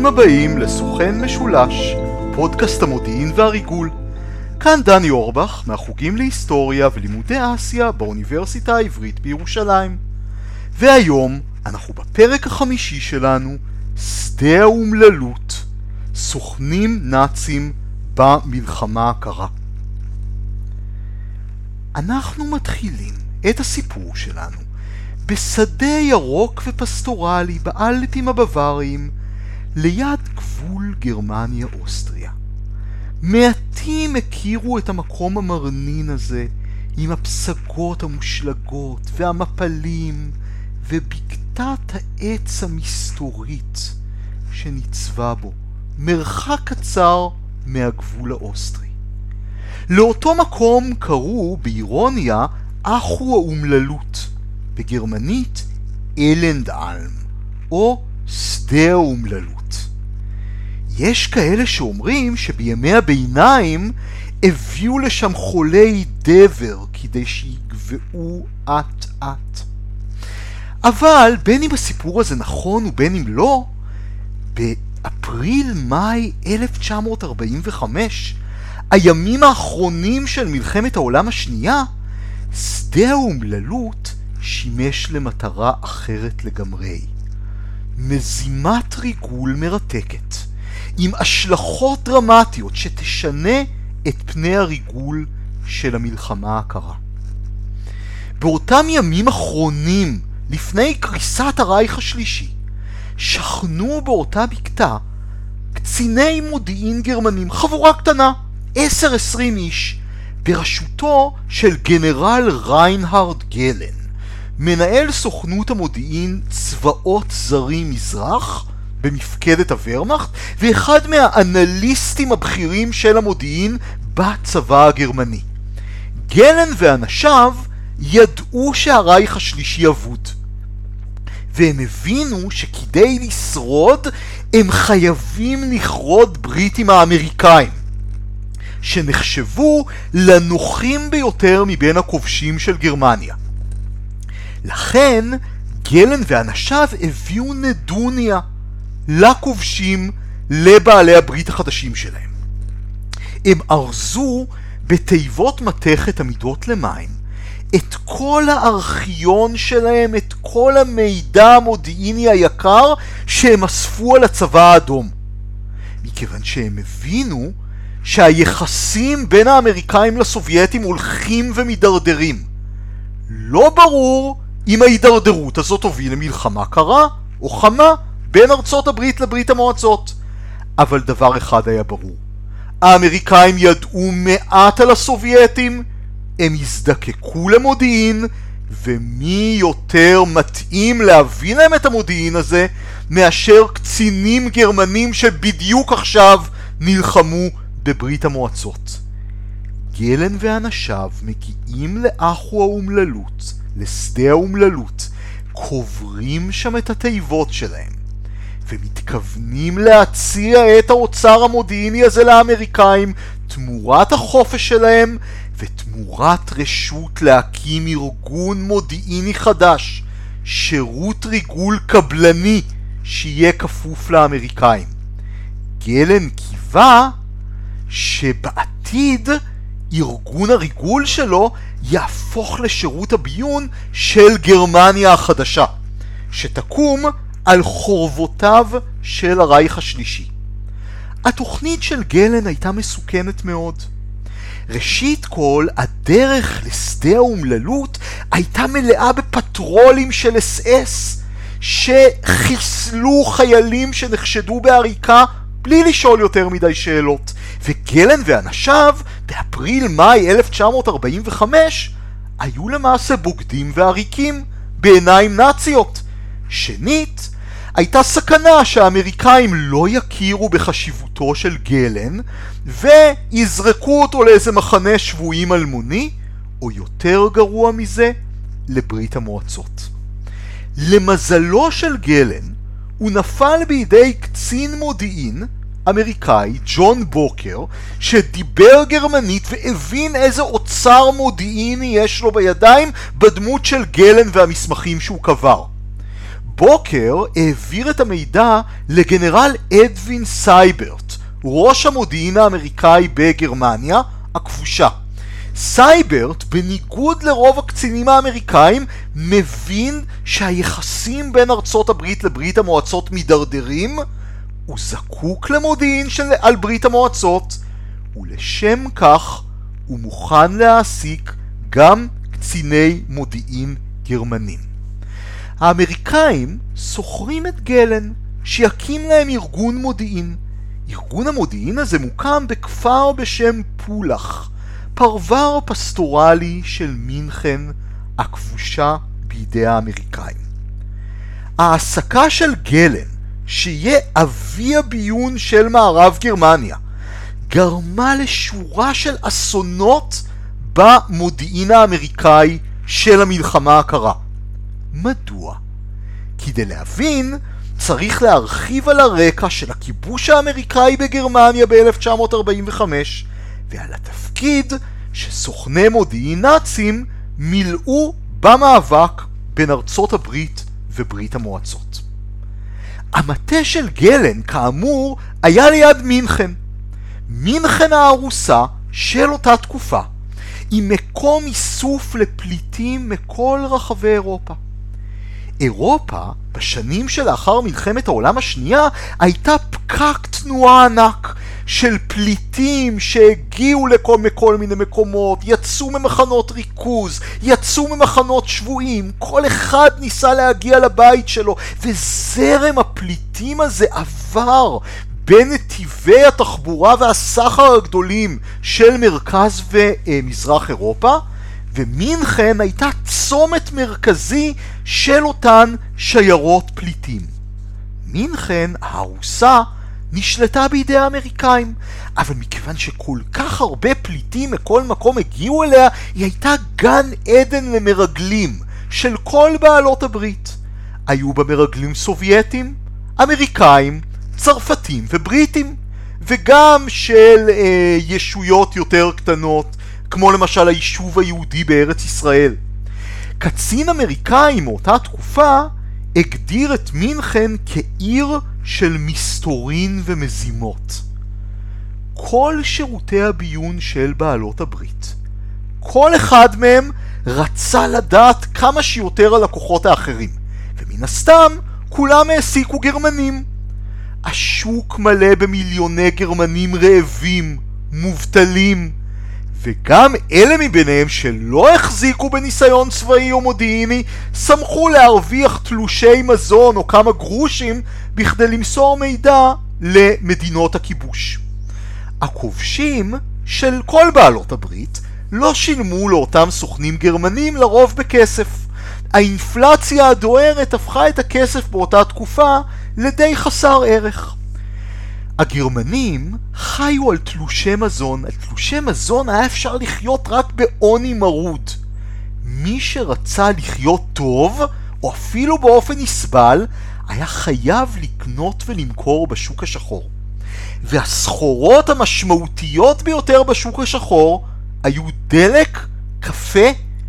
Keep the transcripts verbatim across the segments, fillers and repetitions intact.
ברוכים הבאים לסוכן משולש, פודקאסט המודיעין והריגול. כאן דני אורבך מהחוגים להיסטוריה ולימודי אסיה באוניברסיטה העברית בירושלים. והיום אנחנו בפרק החמישי שלנו, שדה האומללות, סוכנים נאצים במלחמה הקרה. אנחנו מתחילים את הסיפור שלנו בשדה ירוק ופסטורלי באלפים הבוואריים, ליד גבול גרמניה-אוסטריה. מעטים הכירו את המקום המרנין הזה, עם הפסגות המושלגות והמפלים ובקתת העץ המסתורית שניצבה בו, מרחק קצר מהגבול האוסטרי. לאותו מקום קראו באירוניה אחו האומללות, בגרמנית אלנדאלם, או שדה האומללות. יש כאלה שאומרים שבימי הביניים הביאו לשם חולי דבר כדי שיגבעו עט עט. אבל בין אם הסיפור הזה נכון ובין אם לא, באפריל-מאי אלף תשע מאות ארבעים וחמש, הימים האחרונים של מלחמת העולם השנייה, שדה האומללות שימש למטרה אחרת לגמרי. מזימת ריגול מרתקת, עם השלכות דרמטיות שתשנה את פני הריגול של המלחמה הקרה. באותם ימים אחרונים, לפני קריסת הרייך השלישי, שכנו באותה בקתה קציני מודיעין גרמנים, חבורה קטנה, עשר עשרים איש, בראשותו של גנרל ריינהרד גלן, מנהל סוכנות המודיעין צבאות זרים מזרח במפקדת הוורמאכט, ואחד מהאנליסטים הבכירים של המודיעין בצבא הגרמני. גלן ואנשיו ידעו שהרייך השלישי אבוד, והם הבינו שכדי לשרוד הם חייבים לכרות ברית עם האמריקאים, שנחשבו לנוחים ביותר מבין הכובשים של גרמניה. לכן גלן ואנשיו הביאו נדוניה לכובשים, לבעלי הברית החדשים שלהם. הם ארזו בתיבות מתכת עמידות למים את כל הארכיון שלהם, את כל המידע המודיעיני היקר שהם אספו על הצבא האדום, מכיוון שהם הבינו שהיחסים בין האמריקאים לסובייטים הולכים ומדרדרים. לא ברור אם ההידרדרות הזאת הוביל למלחמה קרה או חמה בין ארצות הברית לברית המועצות. אבל דבר אחד היה ברור: האמריקאים ידעו מעט על הסובייטים, הם הזדקקו למודיעין, ומי יותר מתאים להבין להם את המודיעין הזה מאשר קצינים גרמנים שבדיוק עכשיו נלחמו בברית המועצות. גלן ואנשיו מגיעים לאחו האומללות, לשדה האומללות, קוברים שם את התיבות שלהם, ומתכוונים להציע את האוצר המודיעיני הזה לאמריקאים תמורת החופש שלהם ותמורת רשות להקים ארגון מודיעיני חדש, שירות ריגול קבלני שיהיה כפוף לאמריקאים. גלן קיווה שבעתיד ארגון הריגול שלו יהפוך לשירות הביון של גרמניה החדשה, שתקום על חורבותיו של הרייך השלישי. התוכנית של גלן הייתה מסוכנת מאוד. ראשית כל, הדרך לשדה האומללות הייתה מלאה בפטרולים של אס אס שחיסלו חיילים שנחשדו בעריקה בלי לשאול יותר מדי שאלות. וגלן ואנשיו באפריל-מאי אלף תשע מאות ארבעים וחמש היו למעשה בוגדים ועריקים בעיניים נאציות. שנית, הייתה סכנה שהאמריקאים לא יכירו בחשיבותו של גלן ויזרקו אותו לאיזה מחנה שבויים אלמוני, או יותר גרוע מזה, לברית המועצות. למזלו של גלן, הוא נפל בידי קצין מודיעין אמריקאי, ג'ון בוקר, שדיבר גרמנית והבין איזה אוצר מודיעיני יש לו בידיים בדמות של גלן והמסמכים שהוא קבר. בוקר העביר את המידע לגנרל אדווין סייברט, ראש המודיעין האמריקאי בגרמניה הכבושה. סייברט, בניגוד לרוב הקצינים האמריקאים, מבין שהיחסים בין ארצות הברית לברית המועצות מדרדרים, הוא זקוק למודיעין של, על ברית המועצות, ולשם כך הוא מוכן להעסיק גם קציני מודיעין גרמנים. האמריקאים סוחרים את גלן שיקים להם ארגון מודיעין. ארגון המודיעין הזה מוקם בכפר בשם פולח, פרבר פסטורלי של מינכן הכבושה בידי האמריקאים. העסקה של גלן, שיהיה אבי הביון של מערב גרמניה, גרמה לשורה של אסונות במודיעין האמריקאי של המלחמה הקרה. מדוע? כדי להבין, צריך להרחיב על הרקע של הכיבוש האמריקאי בגרמניה ב-אלף תשע מאות ארבעים וחמש, ועל התפקיד שסוכני מודיעין נאצים מילאו במאבק בין ארצות הברית וברית המועצות. המטה של גלן, כאמור, היה ליד מינכן. מינכן הארוסה של אותה תקופה, היא מקום איסוף לפליטים מכל רחבי אירופה. אירופה, בשנים שלאחר מלחמת העולם השנייה, הייתה פקק תנועה ענק של פליטים שהגיעו לכל מכל מיני מקומות, יצאו ממחנות ריכוז, יצאו ממחנות שבויים, כל אחד ניסה להגיע לבית שלו, וזרם הפליטים הזה עבר בנתיבי התחבורה והסחר הגדולים של מרכז ומזרח אירופה, ומינכן הייתה צומת מרכזי של אותן שיירות פליטים. מינכן הארוסה נשלטה בידי האמריקאים, אבל מכיוון שכל כך הרבה פליטים מכל מקום הגיעו אליה, היא הייתה גן עדן למרגלים של כל בעלות הברית. היו בה מרגלים סובייטים, אמריקאים, צרפתים ובריטים, וגם של אה, ישויות יותר קטנות, כמו למשל היישוב היהודי בארץ ישראל. קצין אמריקאי מאותה תקופה הגדיר את מינכן כעיר של מסתורין ומזימות. כל שירותי הביון של בעלות הברית, כל אחד מהם רצה לדעת כמה שיותר על הכוחות האחרים, ומן הסתם כולם העסיקו גרמנים. השוק מלא במיליוני גרמנים רעבים, מובטלים, וגם אלה מביניהם שלא החזיקו בניסיון צבאי או מודיעיני, שמחו להרוויח תלושי מזון או כמה גרושים בכדי למסור מידע למדינות הכיבוש. הכובשים של כל בעלות הברית לא שילמו לאותם סוכנים גרמנים לרוב בכסף. האינפלציה הדוהרת הפכה את הכסף באותה תקופה לדי חסר ערך. הגרמנים חיו על תלושי מזון. על תלושי מזון היה אפשר לחיות רק בעוני מרוד. מי שרצה לחיות טוב, או אפילו באופן נסבל, היה חייב לקנות ולמכור בשוק השחור. והסחורות המשמעותיות ביותר בשוק השחור היו דלק, קפה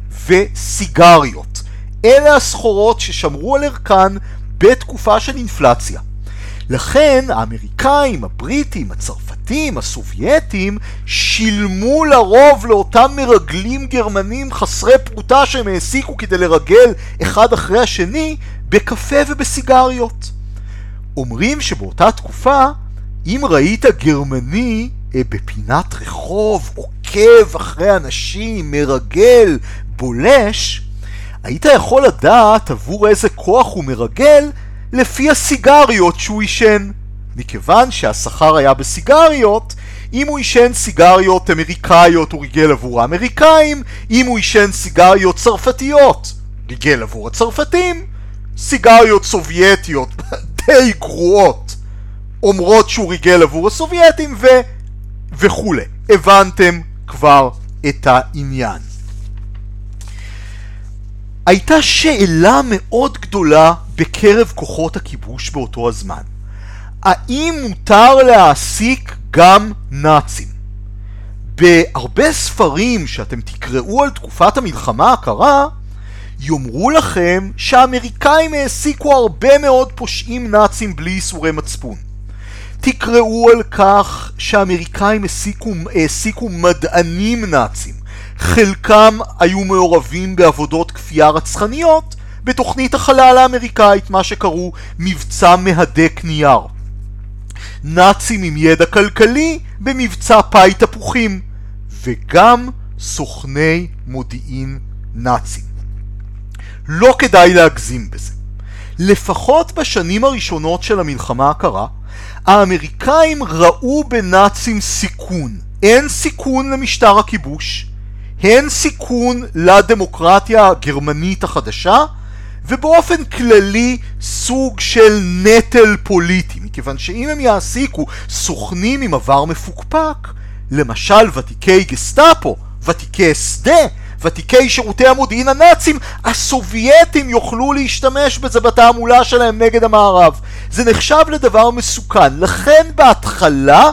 וסיגריות. אלה הסחורות ששמרו על ערכן בתקופה של אינפלציה. לכן האמריקאים, הבריטים, הצרפתים, הסובייטים שילמו לרוב לאותם מרגלים גרמנים חסרי פרוטה שהם העסיקו כדי לרגל אחד אחרי השני בקפה ובסיגריות. אומרים שבאותה תקופה, אם ראית גרמני בפינת רחוב עוקב אחרי אנשים, מרגל, בולש, היית יכול לדעת עבור איזה כוח הוא מרגל לפי הסיגריות שהוא ישן. מכיוון שהשכר היה בסיגריות, אם הוא ישן סיגריות אמריקאיות הוא ריגל עבור האמריקאים, אם הוא ישן סיגריות צרפתיות ריגל עבור הצרפתים, סיגריות סובייטיות די גרועות אומרות שהוא ריגל עבור הסובייטים ו... וכו'. הבנתם כבר את העניין. הייתה שאלה מאוד גדולה בקרב כוחות הכיבוש באותו הזמן. האם מותר להעסיק גם נאצים? בהרבה ספרים שאתם תקראו על תקופת המלחמה הקרה, יאמרו לכם שהאמריקאים העסיקו הרבה מאוד פושעים נאצים בלי איסורי מצפון. תקראו על כך שהאמריקאים העסיקו, העסיקו מדענים נאצים. חלקם היו מעורבים בעבודות כפייה רצחניות בתוכנית החלל האמריקאית, מה שקראו מבצע מהדק נייר. נאצים עם ידע כלכלי במבצע פאי תפוחים, וגם סוכני מודיעין נאצים. לא כדאי להגזים בזה. לפחות בשנים הראשונות של המלחמה הקרה, האמריקאים ראו בנאצים סיכון. אין סיכון למשטר הכיבוש, אין סיכון לדמוקרטיה הגרמנית החדשה, ובאופן כללי סוג של נטל פוליטי, מכיוון שאם הם יעסיקו סוכנים עם עבר מפוקפק, למשל ותיקי גסטאפו, ותיקי אס-דה, ותיקי שירותי המודיעין הנאצים, הסובייטים יוכלו להשתמש בזה בתעמולה שלהם נגד המערב. זה נחשב לדבר מסוכן. לכן בהתחלה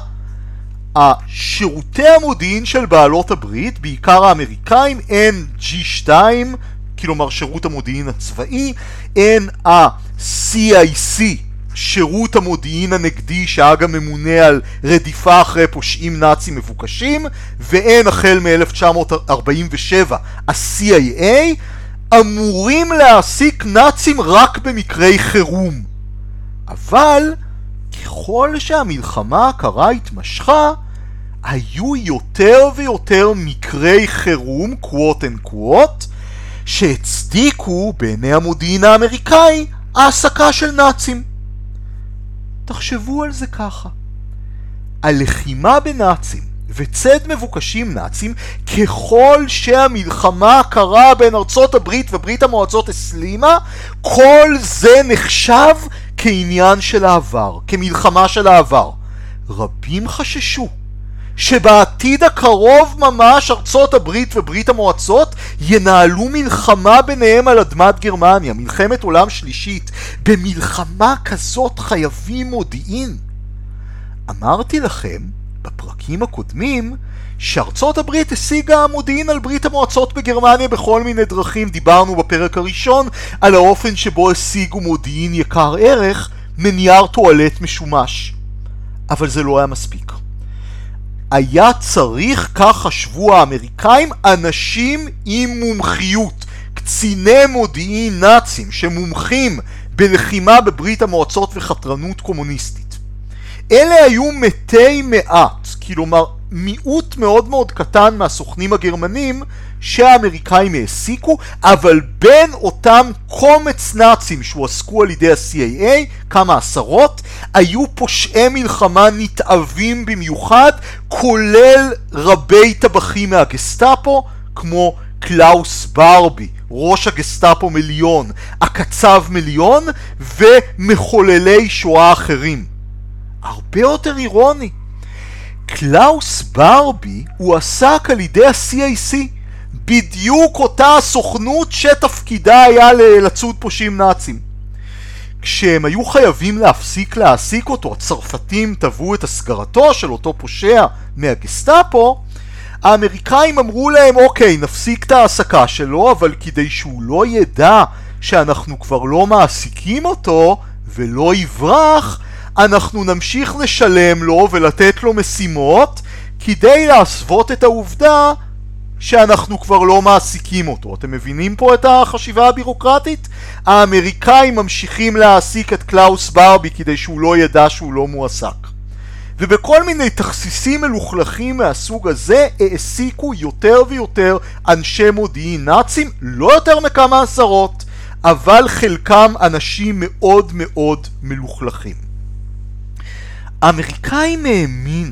השירותי המודיעין של בעלות הברית, בעיקר האמריקאים, הן ג'י שתיים, כלומר שירות המודיעין הצבאי, הן ה-סי איי סי, שירות המודיעין הנגדי שהיה גם ממונה על רדיפה אחרי פושעים נאצים מבוקשים, והן החל מ-אלף תשע מאות ארבעים ושבע ה-סי איי איי, אמורים להעסיק נאצים רק במקרי חירום. אבל ככל שהמלחמה הקרה התמשכה, היו יותר ויותר מקרי חירום, קוואט אנד קוואט, שהצדיקו בעיני המודיעין האמריקאי העסקה של נאצים. תחשבו על זה ככה. הלחימה בנאצים וצד מבוקשים נאצים, ככל שהמלחמה קרה בין ארצות הברית וברית המועצות הסלימה, כל זה נחשב כעניין של העבר, כמלחמה של העבר. רבים חששו שבעתיד הקרוב ממש ארצות הברית וברית המועצות ינהלו מלחמה ביניהם על אדמת גרמניה, מלחמת עולם שלישית. במלחמה כזאת חייבים מודיעין. אמרתי לכם בפרקים הקודמים שארצות הברית השיגה מודיעין על ברית המועצות בגרמניה בכל מיני דרכים. דיברנו בפרק הראשון על האופן שבו השיגו מודיעין יקר ערך מנייר טואלט משומש. אבל זה לא היה מספיק. היה צריך, כך חשבו האמריקאים, אנשים עם מומחיות, קציני מודיעין נאצים שמומחים בלחימה בברית המועצות וחתרנות קומוניסטית. אלה היו מתי מעט, כלומר מיעוט מאוד מאוד קטן מהסוכנים הגרמנים שהאמריקאים העסיקו, אבל בין אותם קומץ נאצים שהועסקו על ידי ה-סי איי איי, כמה עשרות, היו פושעי מלחמה נתעבים במיוחד, כולל רבי טבחים מהגסטאפו, כמו קלאוס ברבי, ראש הגסטאפו מיליון, הקצב מיליון, ומחוללי שואה אחרים. הרבה יותר אירוני. קלאוס ברבי הוא עסק על ידי ה-סי איי סי, בדיוק אותה הסוכנות שתפקידה היה לצוד פושעים נאצים. כשהם היו חייבים להפסיק להעסיק אותו, הצרפתים תבעו את הסגרתו של אותו פושע מהגסטאפו, האמריקאים אמרו להם, אוקיי, נפסיק את העסקה שלו, אבל כדי שהוא לא ידע שאנחנו כבר לא מעסיקים אותו ולא יברח, אנחנו נמשיך לשלם לו ולתת לו משימות כדי להסוות את העובדה שאנחנו כבר לא מעסיקים אותו. אתם מבינים פה את החשיבה הבירוקרטית? האמריקאים ממשיכים להעסיק את קלאוס ברבי כדי שהוא לא ידע שהוא לא מועסק. ובכל מיני תכסיסים מלוכלכים מהסוג הזה העסיקו יותר ויותר אנשי מודיעין נאצים, לא יותר מכמה עשרות, אבל חלקם אנשים מאוד מאוד מלוכלכים. האמריקאים האמינו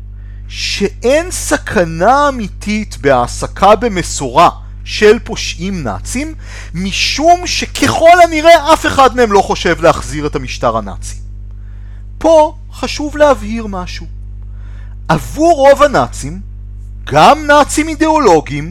שאין סכנה אמיתית בהעסקה במסורה של פושעים נאצים, משום שככל הנראה אף אחד מהם לא חושב להחזיר את המשטר הנאצי. פה חשוב להבהיר משהו. עבור רוב הנאצים, גם נאצים אידיאולוגיים,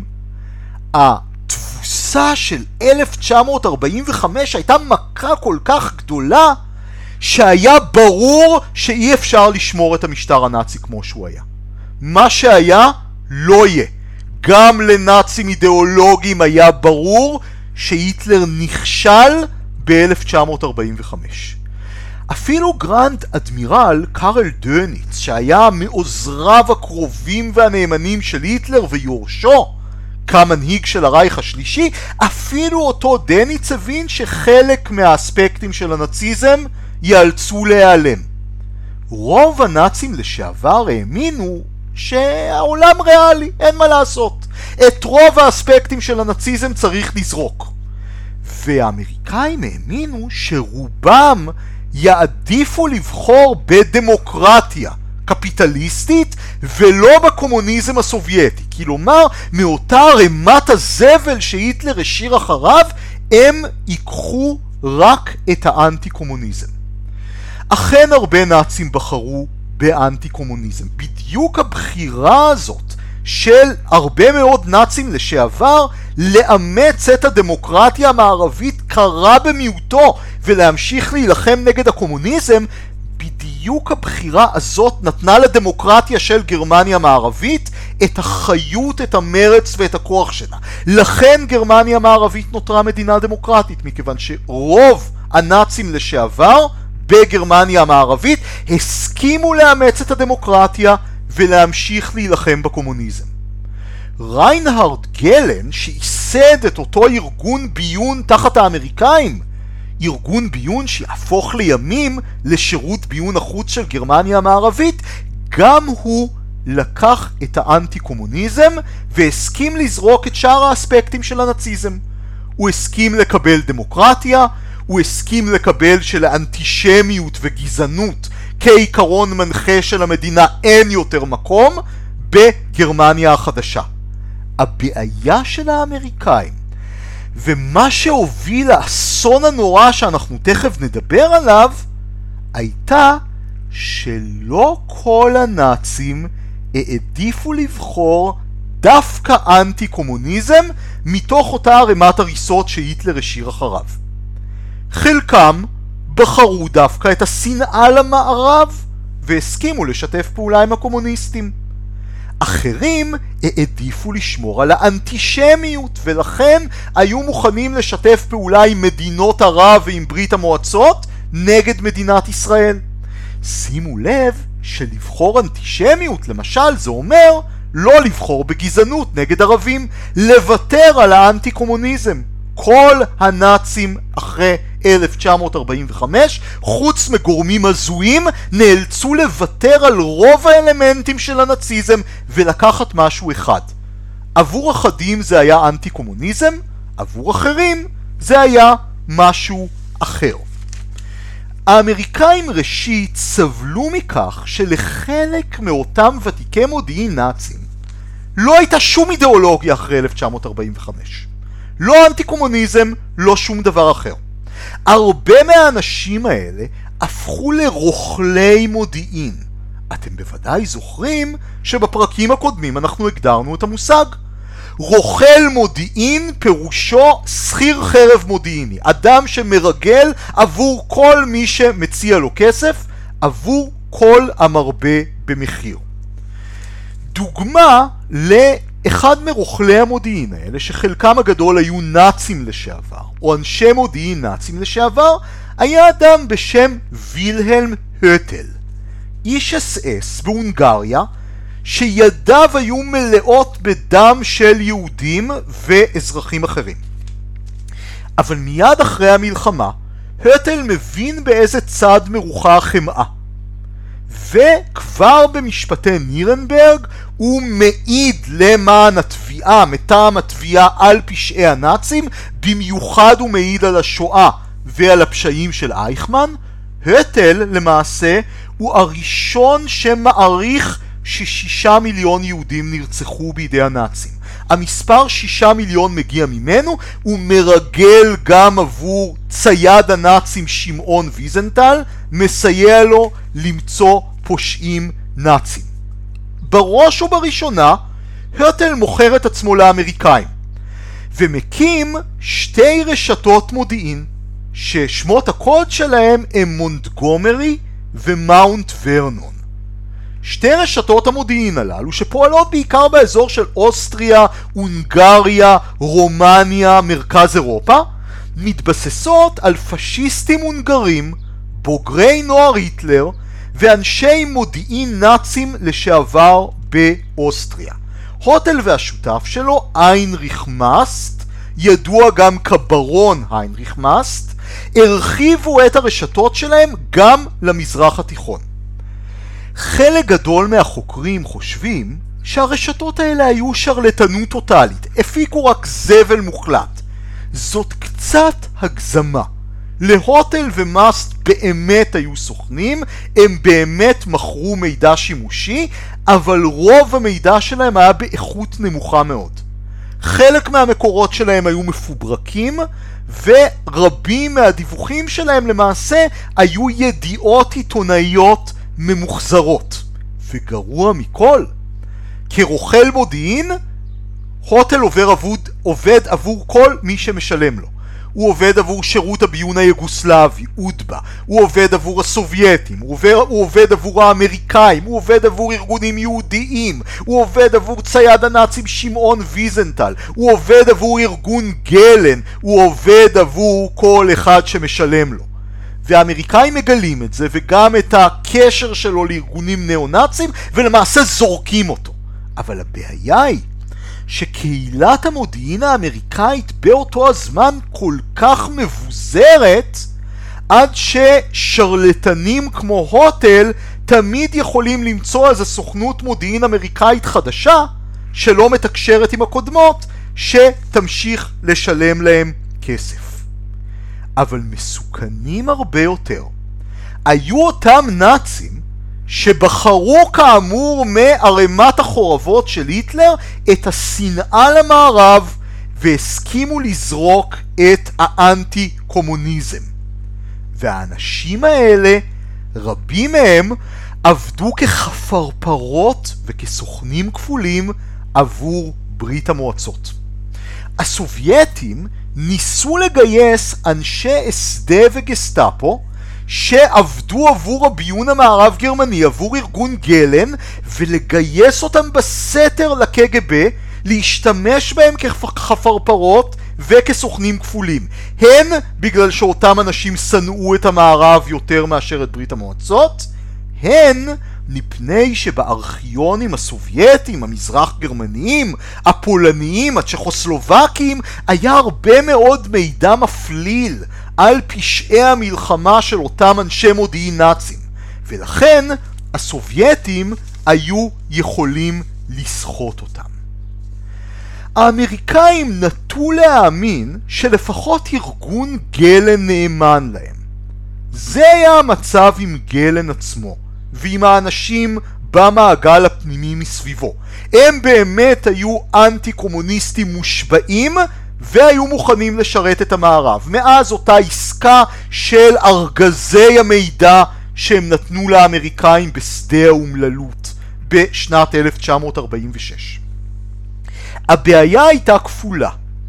התבוסה של אלף תשע מאות ארבעים וחמש הייתה מכה כל כך גדולה, שהיה ברור שאי אפשר לשמור את המשטר הנאצי כמו שהוא היה. מה שהיה לא יהיה. גם לנאצים אידיאולוגיים היה ברור שהיטלר נכשל ב-אלף תשע מאות ארבעים וחמש. אפילו גרנד אדמירל קארל דוניץ, שהיה מעוזריו הקרובים והנאמנים של היטלר ויורשו כמנהיג של הרייך השלישי, אפילו אותו דוניץ הבין שחלק מהאספקטים של הנאציזם ייאלצו להיעלם. רוב הנאצים לשעבר האמינו שהעולם ריאלי, אין מה לעשות. את רוב האספקטים של הנאציזם צריך לזרוק. והאמריקאים האמינו שרובם יעדיפו לבחור בדמוקרטיה קפיטליסטית ולא בקומוניזם הסובייטי. כלומר, מאותה רמת הזבל שהיטלר השאיר אחריו, הם ייקחו רק את האנטי-קומוניזם. אכן הרבה נאצים בחרו באנטי-קומוניזם. בדיוק הבחירה הזאת של הרבה מאוד נאצים לשעבר לאמץ את הדמוקרטיה המערבית קרה במיעוטו ולהמשיך להילחם נגד הקומוניזם, בדיוק הבחירה הזאת נתנה לדמוקרטיה של גרמניה המערבית את החיות, את המרץ ואת הכוח שלה. לכן גרמניה המערבית נותרה מדינה דמוקרטית, מכיוון שרוב הנאצים לשעבר בגרמניה המערבית הסכימו לאמץ את הדמוקרטיה ולהמשיך להילחם בקומוניזם. ריינהרד גלן, שייסד את אותו ארגון ביון תחת האמריקאים, ארגון ביון שיהפוך לימים לשירות ביון החוץ של גרמניה המערבית, גם הוא לקח את האנטי-קומוניזם והסכים לזרוק את שאר האספקטים של הנאציזם. הוא הסכים לקבל דמוקרטיה, הוא הסכים לקבל שלאנטישמיות וגזענות כעיקרון מנחה של המדינה אין יותר מקום בגרמניה החדשה. הבעיה של האמריקאים, ומה שהוביל לאסון הנורא שאנחנו תכף נדבר עליו, הייתה שלא כל הנאצים העדיפו לבחור דווקא אנטי-קומוניזם מתוך אותה ערימת הריסות שהיטלר השאיר אחריו. חלקם בחרו דווקא את השנאה למערב והסכימו לשתף פעולה עם הקומוניסטים. אחרים העדיפו לשמור על האנטישמיות ולכן היו מוכנים לשתף פעולה עם מדינות ערב ועם ברית המועצות נגד מדינת ישראל. שימו לב שלבחור אנטישמיות למשל זה אומר לא לבחור בגזענות נגד ערבים, לוותר על האנטי-קומוניזם. כל הנאצים אחרי אלף תשע מאות ארבעים וחמש, חוץ מגורמים הזויים, נאלצו לוותר על רוב האלמנטים של הנאציזם ולקחת משהו אחד. עבור אחדים זה היה אנטי-קומוניזם, עבור אחרים זה היה משהו אחר. האמריקאים ראשית סבלו מכך שלחלק מאותם ותיקי מודיעין נאצים לא הייתה שום אידיאולוגיה אחרי אלף תשע מאות ארבעים וחמש. לא אנטי-קומוניזם, לא שום דבר אחר. הרבה מהאנשים האלה הפכו לרוכלי מודיעין. אתם בוודאי זוכרים שבפרקים הקודמים אנחנו הגדרנו את המושג. רוכל מודיעין פירושו שכיר חרב מודיעיני. אדם שמרגל עבור כל מי שמציע לו כסף, עבור כל המרבה במחיר. דוגמה לאחד מרוכלי המודיעין האלה, שחלקם הגדול היו נאצים לשעבר, או אנשי מודיעין נאצים לשעבר, היה אדם בשם וילהלם הוטל, איש אס אס בהונגריה, שידיו היו מלאות בדם של יהודים ואזרחים אחרים. אבל מיד אחרי המלחמה, הוטל מבין באיזה צד מרוחה החמאה. וכבר במשפטי נירנברג הוא מעיד למען התביעה, מטעם התביעה על פשעי הנאצים, במיוחד הוא מעיד על השואה ועל הפשעים של אייכמן. הוטל למעשה הוא הראשון שמעריך ששישה מיליון יהודים נרצחו בידי הנאצים. המספר שישה מיליון מגיע ממנו, הוא מרגל גם עבור צייד הנאצים שמעון ויזנטל, מסייע לו למצוא פושעים נאצים. בראש ובראשונה, הוטל מוכר את עצמו לאמריקאים, ומקים שתי רשתות מודיעין, ששמות הקוד שלהם הם מונטגומרי ומאונט ורנון. שתי רשתות המודיעין הללו, שפועלות בעיקר באזור של אוסטריה, הונגריה, רומניה, מרכז אירופה, מתבססות על פשיסטים הונגרים, בוגרי נוער היטלר ואנשי מודיעין נאצים לשעבר באוסטריה. הוטל והשותף שלו, היינריך מאסט, ידוע גם כברון היינריך מאסט, הרחיבו את הרשתות שלהם גם למזרח התיכון. חלק גדול מהחוקרים חושבים שהרשתות האלה היו שרלטנות טוטלית, הפיקו רק זבל מוחלט. זאת קצת הגזמה. להוטל ומאסט באמת היו סוכנים, הם באמת מכרו מידע שימושי, אבל רוב המידע שלהם היה באיכות נמוכה מאוד. חלק מהמקורות שלהם היו מפוברקים, ורבים מהדיווחים שלהם למעשה היו ידיעות עיתונאיות ממוחזרות. וגרוע מכל, כרוכל מודיעין, הוטל עובר עבוד, עובד עבור כל מי שמשלם לו. הוא עובד עבור שירות הביון היוגוסלבי, אודבה, הוא עובד עבור הסובייטים, הוא עובד, הוא עובד עבור האמריקאים, הוא עובד עבור ארגונים יהודיים, הוא עובד עבור צייד הנאצים שמעון ויזנטל, הוא עובד עבור ארגון גלן, הוא עובד עבור כל אחד שמשלם לו. והאמריקאים מגלים את זה וגם את הקשר שלו לארגונים נאו-נאצים ולמעשה זורקים אותו. אבל הבעיה היא שקהילת המודיעין האמריקאית באותו הזמן כל כך מבוזרת עד ששרלטנים כמו הוטל תמיד יכולים למצוא איזו סוכנות מודיעין אמריקאית חדשה שלא מתקשרת עם הקודמות שתמשיך לשלם להם כסף. אבל מסוכנים הרבה יותר היו אותם נאצים שבחרו כאמור מערימת החורבות של היטלר את השנאה למערב והסכימו לזרוק את האנטי-קומוניזם. והאנשים האלה, רבים מהם, עבדו כחפרפרות וכסוכנים כפולים עבור ברית המועצות. הסובייטים ניסו לגייס אנשי אס-דה וגסטאפו שעבדו עבור הביון המערב גרמני, עבור ארגון גלן, ולגייס אותם בסתר לקג"ב, להשתמש בהם כחפרפרות וכסוכנים כפולים. הן בגלל שאותם אנשים שנאו את המערב יותר מאשר את ברית המועצות, הן מפני שבארכיונים הסובייטים, המזרח גרמניים, הפולניים, הצ'כוסלובקים, היה הרבה מאוד מידע מפליל על פשעי המלחמה של אותם אנשי מודיעין נאצים, ולכן הסובייטים היו יכולים לסחוט אותם. האמריקאים נטו להאמין שלפחות ארגון גלן נאמן להם. זה היה המצב עם גלן עצמו ועם האנשים במעגל הפנימי מסביבו. הם באמת היו אנטי-קומוניסטים מושבעים והיו מוכנים לשרת את המערב. מאז אותה עסקה של ארגזי המידע שהם נתנו לאמריקאים בשדה האומללות בשנת אלף תשע מאות ארבעים ושש. הבעיה הייתה כפולה.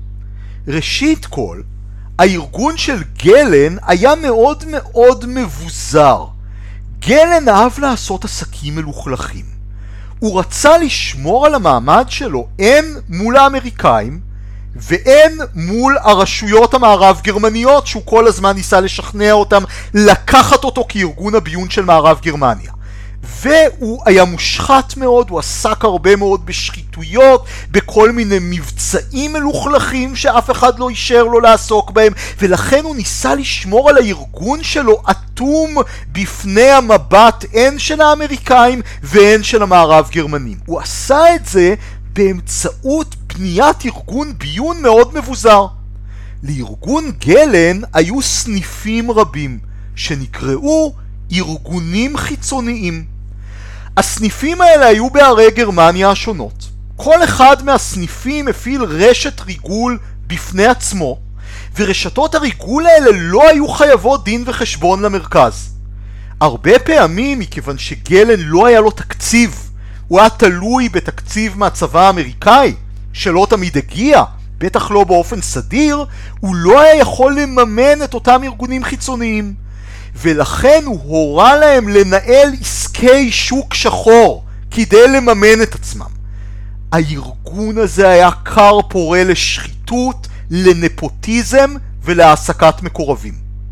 ראשית כל, הארגון של גלן היה מאוד מאוד מבוזר. גלן אהב לעשות עסקים מלוכלכים. הוא רצה לשמור על המעמד שלו הן מול האמריקאים והן מול הרשויות המערב גרמניות שהוא כל הזמן ניסה לשכנע אותם לקחת אותו כארגון הביון של מערב גרמניה. והוא היה מושחת מאוד, הוא עסק הרבה מאוד בשחיתויות, בכל מיני מבצעים מלוכלכים שאף אחד לא אישר לו לעסוק בהם, ולכן הוא ניסה לשמור על הארגון שלו אטום בפני המבט הן של האמריקאים והן של המערב גרמנים. הוא עשה את זה באמצעות בניית ארגון ביון מאוד מבוזר. לארגון גלן היו סניפים רבים שנקראו ארגונים חיצוניים. הסניפים האלה היו בערי גרמניה השונות. כל אחד מהסניפים הפעיל רשת ריגול בפני עצמו, ורשתות הריגול האלה לא היו חייבות דין וחשבון למרכז. הרבה פעמים, מכיוון שגלן לא היה לו תקציב, הוא היה תלוי בתקציב מהצבא האמריקאי, שלא תמיד הגיע, בטח לא באופן סדיר, הוא לא היה יכול לממן את אותם ארגונים חיצוניים. ולכן הוא הורה להם לנהל עסקי שוק שחור כדי לממן את עצמם. הארגון הזה היה קר פורה לשחיתות, לנפוטיזם ולהעסקת מקורבים.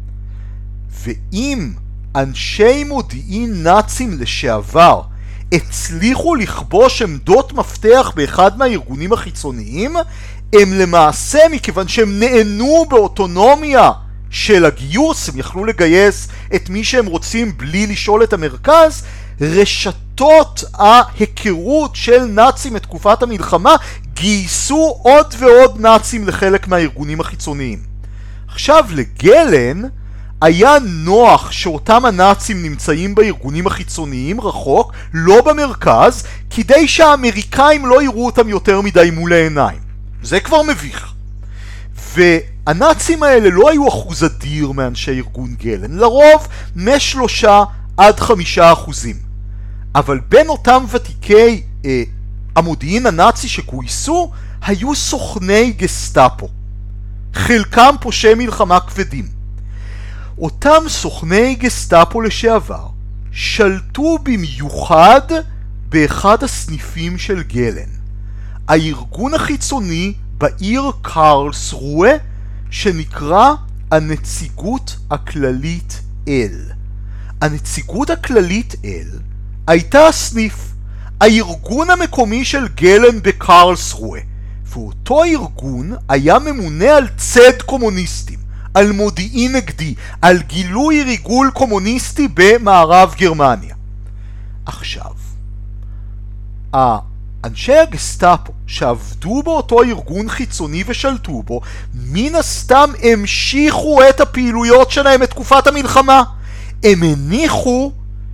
ואם אנשי מודיעין נאצים לשעבר הצליחו לכבוש עמדות מפתח באחד מהארגונים החיצוניים, הם למעשה, מכיוון שהם נהנו באוטונומיה של הגיוס, הם יכלו לגייס את מי שהם רוצים בלי לשאול את המרכז, רשתות ההיכרות של נאצים את תקופת המלחמה גייסו עוד ועוד נאצים לחלק מהארגונים החיצוניים. עכשיו לגלן היה נוח שאותם הנאצים נמצאים בארגונים החיצוניים רחוק, לא במרכז, כדי שהאמריקאים לא יראו אותם יותר מדי מול העיניים. זה כבר מביך. והנאצים האלה לא היו אחוז אדיר מאנשי ארגון גלן, לרוב משלושה עד חמישה אחוזים. אבל בין אותם ותיקי אה, המודיעין הנאצי שגויסו, היו סוכני גסטאפו. חלקם פושעי מלחמה כבדים. אותם סוכני גסטאפו לשעבר שלטו במיוחד באחד הסניפים של גלן, הארגון החיצוני בעיר קרלסרואה שנקרא הנציגות הכללית אל. הנציגות הכללית אל הייתה הסניף, הארגון המקומי של גלן בקרלסרואה, ואותו ארגון היה ממונה על צד קומוניסטים, על מודיעין נגדי, על גילוי ריגול קומוניסטי במערב גרמניה. עכשיו, אנשי הגסטאפו שעבדו באותו ארגון חיצוני ושלטו בו, מן הסתם המשיכו את הפעילויות שלהם את תקופת המלחמה. הם הניחו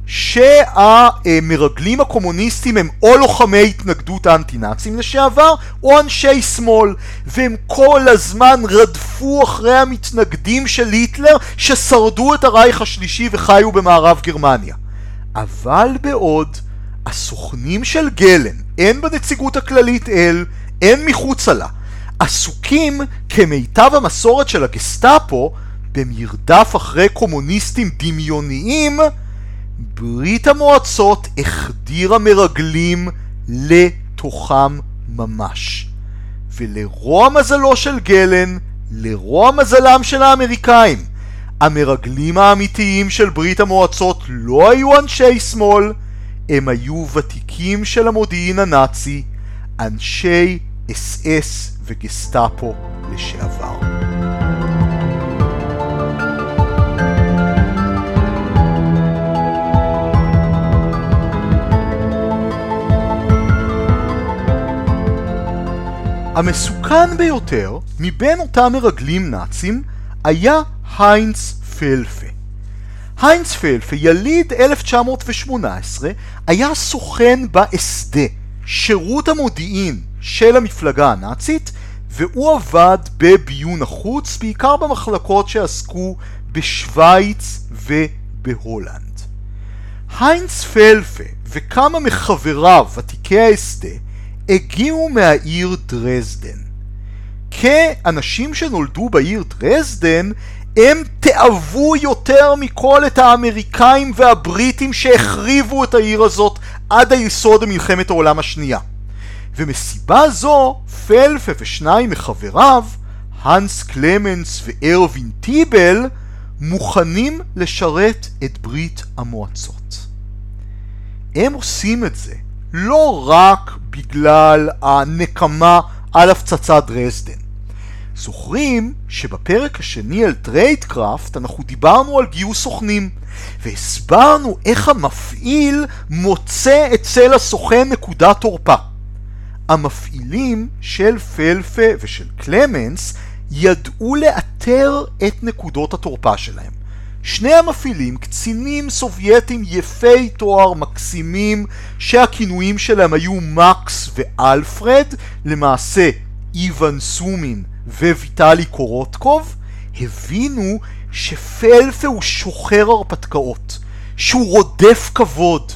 שהמרגלים הקומוניסטים הם או לוחמי התנגדות אנטי-נאצים לשעבר או אנשי שמאל, והם כל הזמן רדפו אחרי המתנגדים של היטלר ששרדו את הרייך השלישי וחיו במערב גרמניה. אבל בעוד הסוכנים של גלן, אין בנציגות הכללית אל, אין מחוצה לה, עסוקים כמיטב המסורת של הגסטאפו במרדף אחרי קומוניסטים דמיוניים, ברית המועצות החדירה מרגלים לתוכם ממש. ולרוע מזלו של גלן, לרוע מזלם של האמריקאים, המרגלים האמיתיים של ברית המועצות לא היו אנשי שמאל, הם היו ותיקים של המודיעין הנאצי, אנשי אס אס וגסטאפו לשעבר. המסוכן ביותר מבין אותם מרגלים נאצים היה היינץ פלפה. היינץ פלפה, יליד אלף תשע מאות שמונה עשרה, היה סוכן באס דה, שירות המודיעין של המפלגה הנאצית, והוא עבד בביון החוץ, בעיקר במחלקות שעסקו בשוויץ ובהולנד. היינץ פלפה וכמה מחבריו ותיקי האס דה הגיעו מהעיר דרזדן. כאנשים שנולדו בעיר דרזדן, הם תאהבו יותר מכל את האמריקאים והבריטים שהחריבו את העיר הזאת עד היסוד במלחמת העולם השנייה. ומסיבה זו, פלפה ושניים מחבריו, הנס קלמנס וארווין טיבל, מוכנים לשרת את ברית המועצות. הם עושים את זה לא רק בגלל הנקמה על הפצצת דרזדן. זוכרים שבפרק השני על טריידקראפט אנחנו דיברנו על גיוס סוכנים, והסברנו איך המפעיל מוצא אצל הסוכן נקודת תורפה. המפעילים של פלפה ושל קלמנס ידעו לאתר את נקודות התורפה שלהם. שני המפעילים, קצינים סובייטים יפי תואר מקסימים, שהכינויים שלהם היו מקס ואלפרד, למעשה איוון סומין וויטלי קורוטקוב, הבינו שפלפה הוא שוחר הרפתקאות, שהוא רודף כבוד,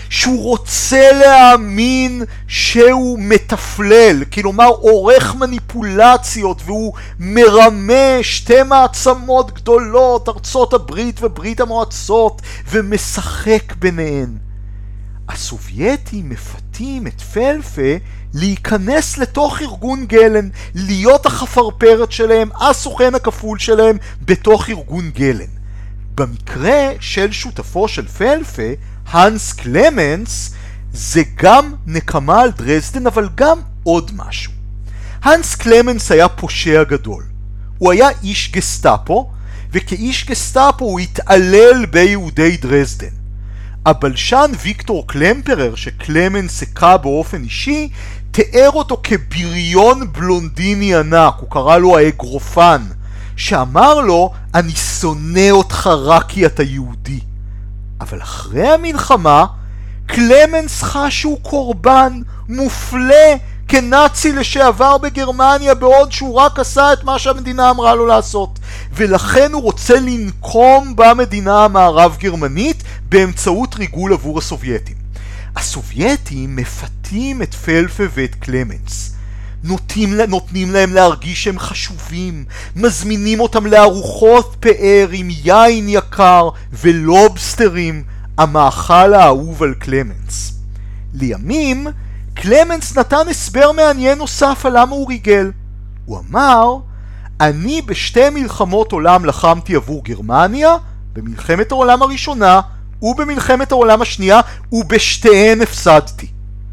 שהוא רוצה להאמין שהוא מתפלל, כלומר עורך מניפולציות, והוא מרמה שתי מעצמות גדולות, ארצות הברית וברית המועצות, ומשחק ביניהן. הסובייטים מפתים את פלפה להיכנס לתוך ארגון גלן, להיות החפרפרת שלהם, הסוכן הכפול שלהם בתוך ארגון גלן. במקרה של שותפו של פלפה, הנס קלמנס, זה גם נקמה על דרזדן, אבל גם עוד משהו. הנס קלמנס היה פושע גדול. הוא היה איש גסטאפו, וכאיש גסטאפו הוא התעלל ביהודי דרזדן. הבלשן ויקטור קלמפרר, שקלמנס הכה באופן אישי, תיאר אותו כבריון בלונדיני ענק, הוא קרא לו האגרופן, שאמר לו, אני שונא אותך רק כי אתה יהודי. אבל אחרי המלחמה, קלמנס חש שהוא קורבן, מופלה, כנאצי לשעבר בגרמניה, בעוד שהוא רק עשה את מה שהמדינה אמרה לו לעשות. ולכן הוא רוצה לנקום במדינה המערב גרמנית באמצעות ריגול עבור הסובייטים. הסובייטים מפתים את פלפה ואת קלמנס. נותנים, נותנים להם להרגיש שהם חשובים, מזמינים אותם לארוחות פאר עם יין יקר ולובסטרים, המאכל האהוב על קלמנס. לימים, קלמנס נתן הסבר מעניין נוסף על למה הוא ריגל. הוא אמר, אני בשתי מלחמות עולם לחמתי עבור גרמניה, במלחמת העולם הראשונה ובמלחמת העולם השנייה, ובשתיהן הפסדתי.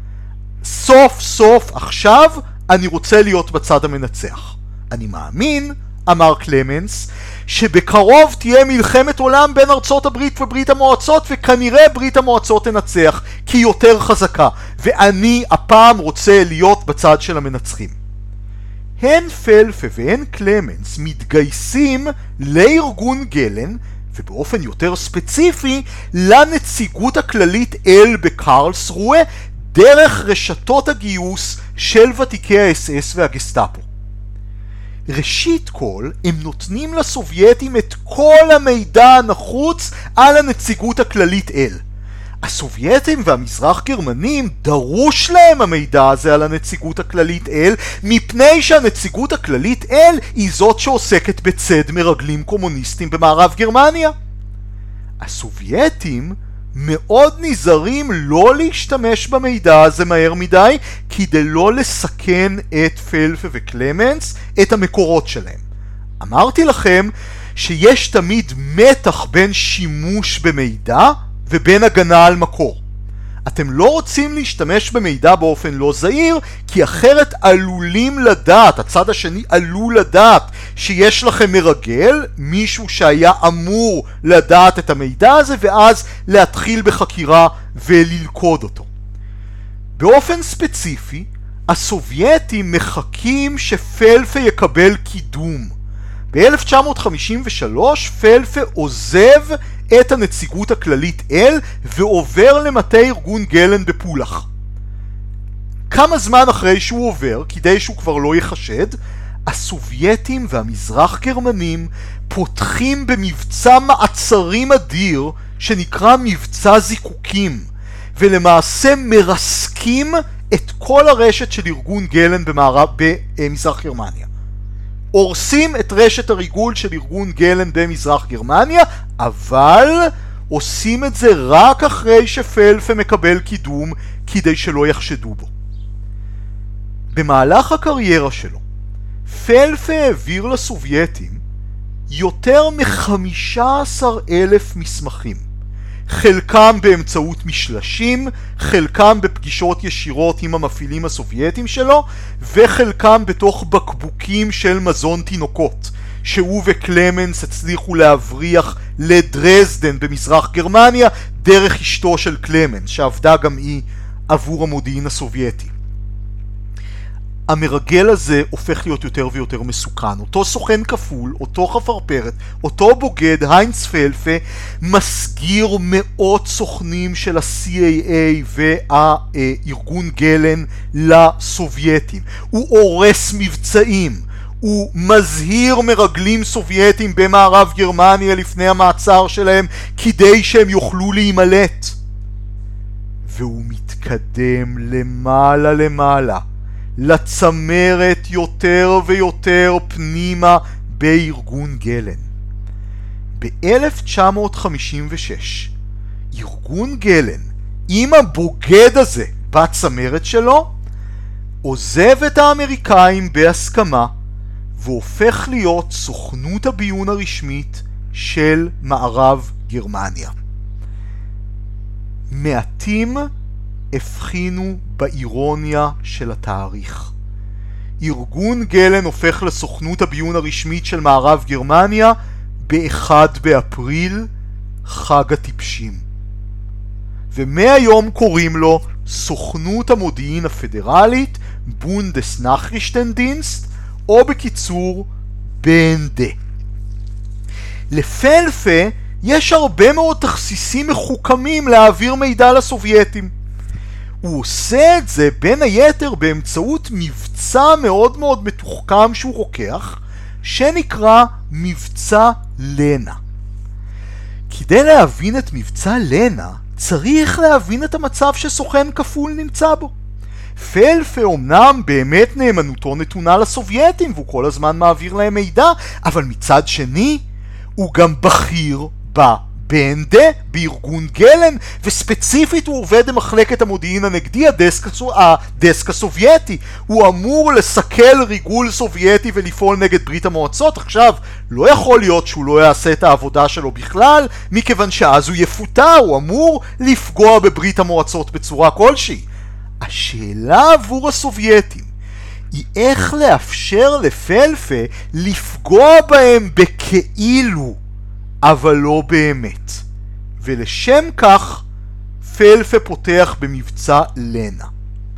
סוף סוף עכשיו אני רוצה להיות בצד המנצח. אני מאמין, אמר קלמנס, שבקרוב תהיה מלחמת עולם בין ארצות הברית וברית המועצות, וכנראה ברית המועצות תנצח, כי היא יותר חזקה, ואני הפעם רוצה להיות בצד של המנצחים. הן פלפה והן קלמנס מתגייסים לארגון גלן, ובאופן יותר ספציפי לנציגות הכללית אל בקרלסרואה, דרך רשתות הגיוס של ותיקי האס אס והגסטאפו. ראשית כל, הם נותנים לסובייטים את כל המידע הנחוץ על הנציגות הכללית אל. הסובייטים והמזרח גרמנים דרוש להם המידע הזה על הנציגות הכללית אל, מפני שהנציגות הכללית אל היא זאת שעוסקת בצד מרגלים קומוניסטים במערב גרמניה. הסובייטים מאוד נזהרים לא להשתמש במידע הזה מהר מדי, כדי לא לסכן את פלפה וקלמנס, את המקורות שלהם. אמרתי לכם שיש תמיד מתח בין שימוש במידע ובין הגנה על מקור. אתם לא רוצים להשתמש במידע באופן לא זהיר, כי אחרת עלולים לדעת, הצד השני עלול לדעת שיש לכם מרגל, מישהו שהיה אמור לדעת את המידע הזה, ואז להתחיל בחקירה וללכוד אותו. באופן ספציפי, הסובייטים מחכים שפלפה יקבל קידום. ב-אלף תשע מאות חמישים ושלוש פלפה עוזב את הנציגות הכללית אל ועובר למטה ארגון גלן בפולח. כמה זמן אחרי שהוא עובר, כדי שהוא כבר לא יחשד, הסובייטים והמזרח גרמנים פותחים במבצע מעצרים אדיר שנקרא מבצע זיקוקים, ולמעשה מרסקים את כל הרשת של ארגון גלן במערב, במזרח גרמניה. הורסים את רשת הריגול של ארגון גלן במזרח גרמניה, אבל עושים את זה רק אחרי שפלפה מקבל קידום, כדי שלא יחשדו בו. במהלך הקריירה שלו, פלפה העביר לסובייטים יותר מ-חמישה עשר אלף מסמכים, חלקם באמצעות משלשים, חלקם בפגישות ישירות עם המפעילים הסובייטים שלו, וחלקם בתוך בקבוקים של מזון תינוקות, שהוא וקלמנס הצליחו להבריח לדרזדן במזרח גרמניה, דרך אשתו של קלמנס, שעבדה גם היא עבור המודיעין הסובייטי. המרגל הזה הופך להיות יותר ויותר מסוכן. אותו סוכן כפול, אותו חפרפרת, אותו בוגד, היינץ פלפה, מסגיר מאות סוכנים של ה-סי איי איי והארגון גלן לסובייטים. הוא הורס מבצעים, הוא מזהיר מרגלים סובייטים במערב גרמניה לפני המעצר שלהם, כדי שהם יוכלו להימלט. והוא מתקדם למעלה למעלה, לצמרת יותר ויותר פנימה בארגון גלן. ב-אלף תשע מאות חמישים ושש, ארגון גלן, עם הבוגד הזה בצמרת שלו, עוזב את האמריקאים בהסכמה, והופך להיות סוכנות הביון הרשמית של מערב גרמניה. מעטים הבחינו באירוניה של התאריך. ארגון גלן הופך לסוכנות הביון הרשמית של מערב גרמניה ב-אחד באפריל, חג הטיפשים. ומהיום קוראים לו סוכנות המודיעין הפדרלית, בונדסנאכרישטנדינסט, או בקיצור ב אן דה. לפלפה יש הרבה מאוד תכסיסים מחוכמים להעביר מידע לסובייטים. הוא עושה את זה בין היתר באמצעות מבצע מאוד מאוד מתוחכם שהוא רוקח, שנקרא מבצע לנה. כדי להבין את מבצע לנה, צריך להבין את המצב שסוכן כפול נמצא בו. פלפה אומנם באמת נאמנותו נתונה לסובייטים, והוא כל הזמן מעביר להם מידע, אבל מצד שני, הוא גם בכיר ב-ב אן דה, בארגון גלן, וספציפית הוא עובד במחלקת המודיעין הנגדי, הדסק, הדסק הסובייטי. הוא אמור לסכל ריגול סובייטי ולפעול נגד ברית המועצות. עכשיו, לא יכול להיות שהוא לא יעשה את העבודה שלו בכלל, מכיוון שאז הוא יפוטר, הוא אמור לפגוע בברית המועצות בצורה כלשהי. השאלה עבור הסובייטים היא איך לאפשר לפלפה לפגוע בהם בכאילו, אבל לא באמת. ולשם כך פלפה פותח במבצע לנה.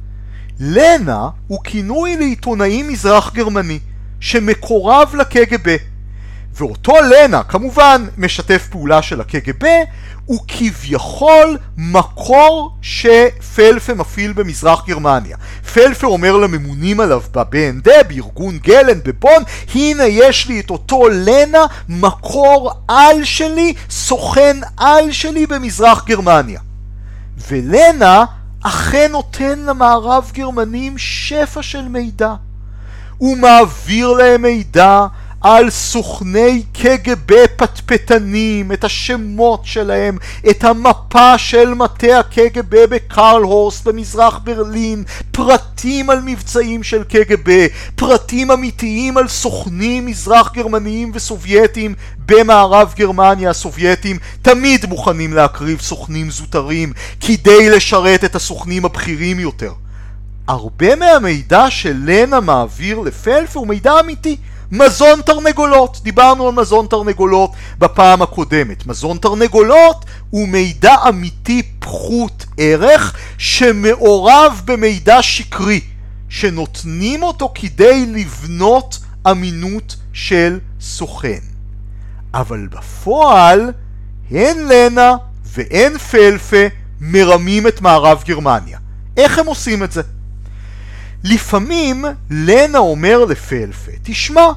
לנה הוא כינוי לעיתונאי מזרח גרמני שמקורב לקג"ב, ואותו לנה כמובן משתף פעולה של הקג"ב, הוא כביכול מקור שפלפה מפעיל במזרח גרמניה. פלפה אומר לממונים עליו ב-ב אן דה, בארגון גלן, בבון, הנה יש לי את אותו לנה, מקור על שלי, סוכן על שלי במזרח גרמניה. ולנה אכן נותן למערב גרמנים שפע של מידע. הוא מעביר להם מידע על סוכני קג"ב פטפטנים, את השמות שלהם, את המפה של מטה הקג"ב בקרל הורסט במזרח ברלין, פרטים על מבצעים של קג"ב, פרטים אמיתיים על סוכנים מזרח גרמניים וסובייטים במערב גרמניה. הסובייטים תמיד מוכנים להקריב סוכנים זוטרים כדי לשרת את הסוכנים הבכירים יותר. הרבה מהמידע שלנה מעביר לפלפה הוא מידע אמיתי. מזון תרנגולות, דיברנו על מזון תרנגולות בפעם הקודמת. מזון תרנגולות הוא מידע אמיתי פחות ערך שמעורב במידע שקרי, שנותנים אותו כדי לבנות אמינות של סוכן. אבל בפועל הן לנה והן פלפה מרמים את מערב גרמניה. איך הם עושים את זה? לפעמים לנה אומר לפלפה, תשמע,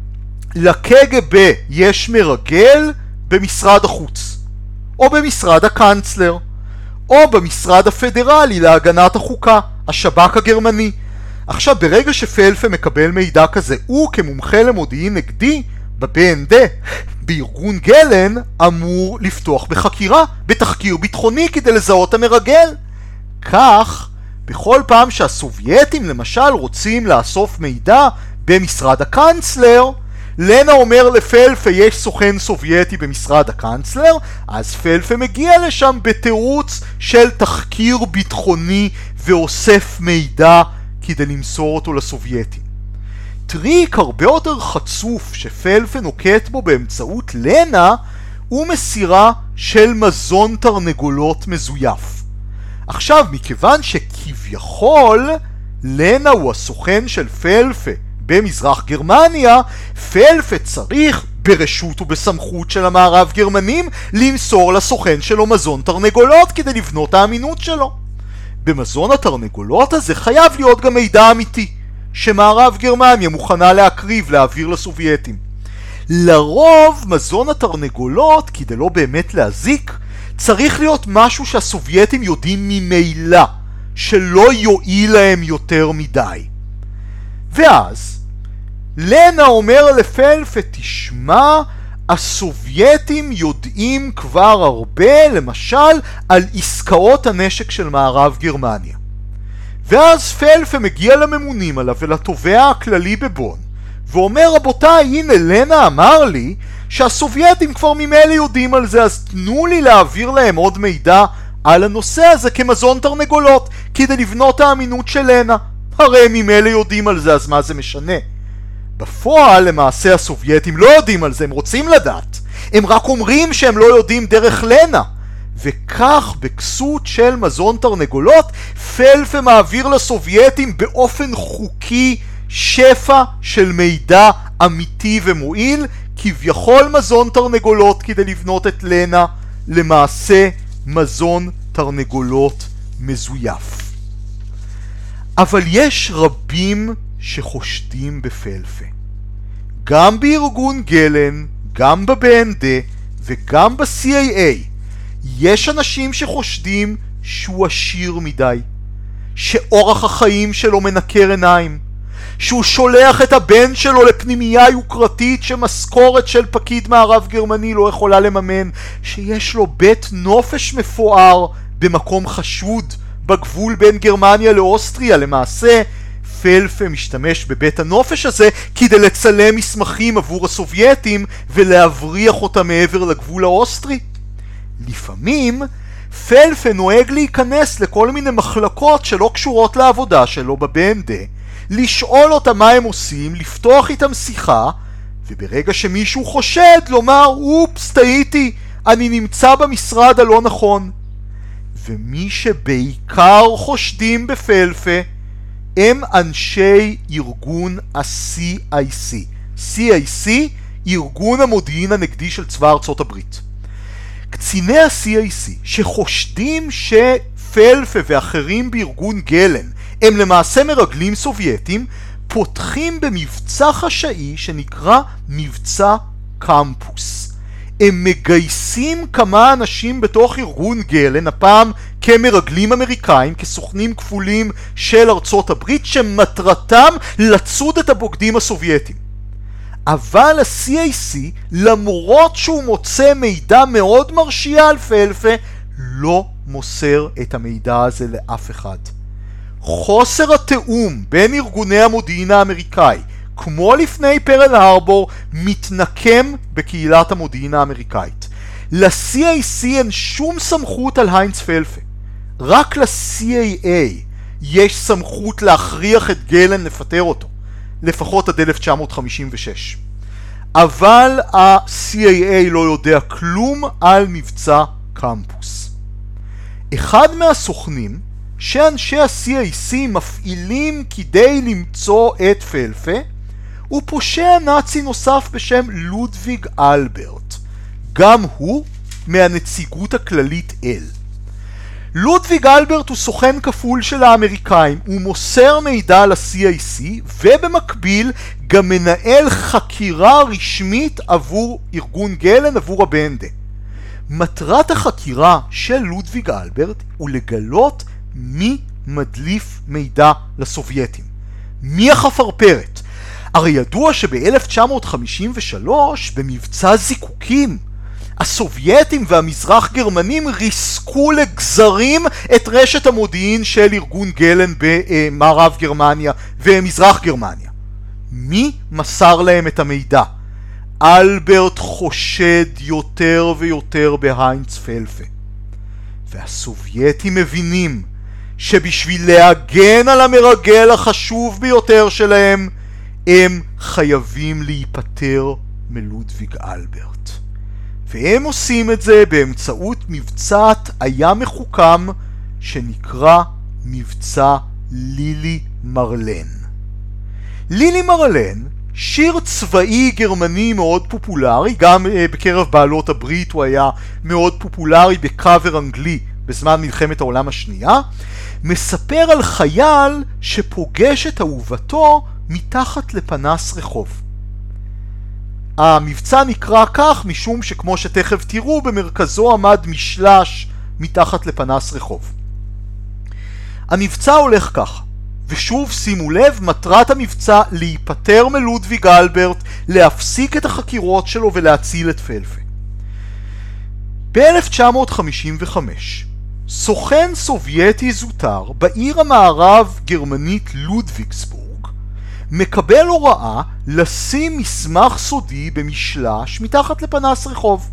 לקג"ב יש מרגל במשרד החוץ, או במשרד הקנצלר, או במשרד הפדרלי להגנת החוקה, השב"כ הגרמני. עכשיו, ברגע שפלפה מקבל מידע כזה, הוא כמומחה למודיעין נגדי, ב-ב אן דה, בארגון גלן, אמור לפתוח בחקירה, בתחקיר ביטחוני כדי לזהות המרגל. כך, בכל פעם שהסובייטים למשל רוצים לאסוף מידע במשרד הקנצלר, לנה אומר לפלפה יש סוכן סובייטי במשרד הקנצלר, אז פלפה מגיע לשם בתירוץ של תחקיר ביטחוני ואוסף מידע כדי למסור אותו לסובייטים. טריק הרבה יותר חצוף שפלפה נוקט בו באמצעות לנה הוא מסירה של מזון תרנגולות מזויף. עכשיו, מכיוון שכביכול לנה הוא הסוכן של פלפה במזרח גרמניה, פלפה צריך ברשות ובסמכות של המערב גרמנים למסור לסוכן שלו מזון תרנגולות כדי לבנות האמינות שלו. במזון התרנגולות הזה חייב להיות גם מידע אמיתי שמערב גרמניה מוכנה להקריב להעביר לסובייטים. לרוב מזון התרנגולות, כדי לא באמת להזיק, צריך להיות משהו שהסובייטים יודעים ממילא, שלא יועיל להם יותר מדי. ואז לנה אומר לפלפה, תשמע, הסובייטים יודעים כבר הרבה, למשל, על עסקאות הנשק של מערב גרמניה. ואז פלפה מגיע לממונים עליו ולתובע הכללי בבון, ואומר, רבותיי, הנה לנה אמר לי שהסובייטים כבר ממילא יודעים על זה, אז תנו לי להעביר להם עוד מידע על הנושא הזה כמזון תרנגולות, כדי לבנות האמינות של לנה. הרי הם ממילא יודעים על זה, אז מה זה משנה? בפועל, למעשה, הסובייטים לא יודעים על זה, הם רוצים לדעת. הם רק אומרים שהם לא יודעים דרך לנה. וכך, בכסות של מזון תרנגולות, פלפה מעביר לסובייטים באופן חוקי שפע של מידע אמיתי ומועיל, כביכול מזון תרנגולות כדי לבנות את לנה, למעשה מזון תרנגולות מזויף. אבל יש רבים שחושדים בפלפה. גם בארגון גלן, גם ב-בי אן די וגם ב-סי איי איי יש אנשים שחושדים שהוא עשיר מדי, שאורח החיים שלו מנקר עיניים, שהוא שולח את הבן שלו לפנימייה יוקרתית שמשכורת של פקיד מערב גרמני לא יכולה לממן, שיש לו בית נופש מפואר במקום חשוד בגבול בין גרמניה לאוסטריה. למעשה פלפה משתמש בבית הנופש הזה כדי לצלם מסמכים עבור הסובייטים ולהבריח אותם מעבר לגבול האוסטרי. לפעמים פלפה נוהג להיכנס לכל מיני מחלקות שלא קשורות לעבודה שלו ב-בי אן די, לשאול אותם מה הם עושים, לפתוח איתם שיחה, וברגע שמישהו חושד לומר, אופס, טעיתי, אני נמצא במשרד הלא נכון. ומי שבעיקר חושדים בפלפה הם אנשי ארגון ה-סי איי סי. סי איי סי, ארגון המודיעין הנגדי של צבא ארצות הברית. קציני ה-סי איי סי שחושדים שפלפה ואחרים בארגון גלן הם למעשה מרגלים סובייטים, פותחים במבצע חשאי שנקרא מבצע קמפוס. הם מגייסים כמה אנשים בתוך ארגון גלן, הפעם כמרגלים אמריקאים, כסוכנים כפולים של ארצות הברית, שמטרתם לצוד את הבוגדים הסובייטים. אבל ה-סי איי סי, למרות שהוא מוצא מידע מאוד מרשיע על פלפה, לא מוסר את המידע הזה לאף אחד. חוסר התאום בין ארגוני המודיעין האמריקאי, כמו לפני פרל הרבור, מתנקם בקהילת המודיעין האמריקאית. ל-סי איי סי אין שום סמכות על היינץ פלפה. רק ל-סי איי איי יש סמכות להכריח את גלן לפטר אותו, לפחות עד אלף תשע מאות חמישים ושש. אבל ה-סי איי איי לא יודע כלום על מבצע קמפוס. אחד מהסוכנים שאנשי ה-סי איי סי מפעילים כדי למצוא את פלפה הוא פושע נאצי נוסף בשם לודוויג אלברט, גם הוא מהנציגות הכללית אל. לודוויג אלברט הוא סוכן כפול של האמריקאים, הוא מוסר מידע ל-סי איי סי ובמקביל גם מנהל חקירה רשמית עבור ארגון גלן, עבור ה-בי אן די. מטרת החקירה של לודוויג אלברט הוא לגלות מי מדליף מידע לסובייטים, מי החפרפרת. הרי ידוע שב-אלף תשע מאות חמישים ושלוש במבצע זיקוקים הסובייטים והמזרח גרמנים ריסקו לגזרים את רשת המודיעין של ארגון גלן במערב גרמניה ומזרח גרמניה. מי מסר להם את המידע? אלברט חושד יותר ויותר בהיינץ פלפה. והסובייטים מבינים שבשביל להגן על המרגל החשוב ביותר שלהם, הם חייבים להיפטר מלודוויג אלברט. והם עושים את זה באמצעות מבצע היה מחוכם שנקרא מבצע לילי מרלן. לילי מרלן, שיר צבאי גרמני מאוד פופולרי, גם בקרב בעלות הברית הוא היה מאוד פופולרי בקאבר אנגלי בזמן מלחמת העולם השנייה, מספר על חייל שפוגש את אהובתו מתחת לפנס רחוב. המבצע נקרא כך משום שכמו שתכף תראו, במרכזו עמד משלש מתחת לפנס רחוב. המבצע הולך כך, ושוב שימו לב, מטרת המבצע להיפטר מלודוויג אלברט, להפסיק את החקירות שלו ולהציל את פלפה. ב-אלף תשע מאות חמישים וחמש סוכן סובייטי זוטר בעיר המערב גרמנית לודוויגסבורג מקבל הוראה לשים מסמך סודי במשלש מתחת לפנס רחוב.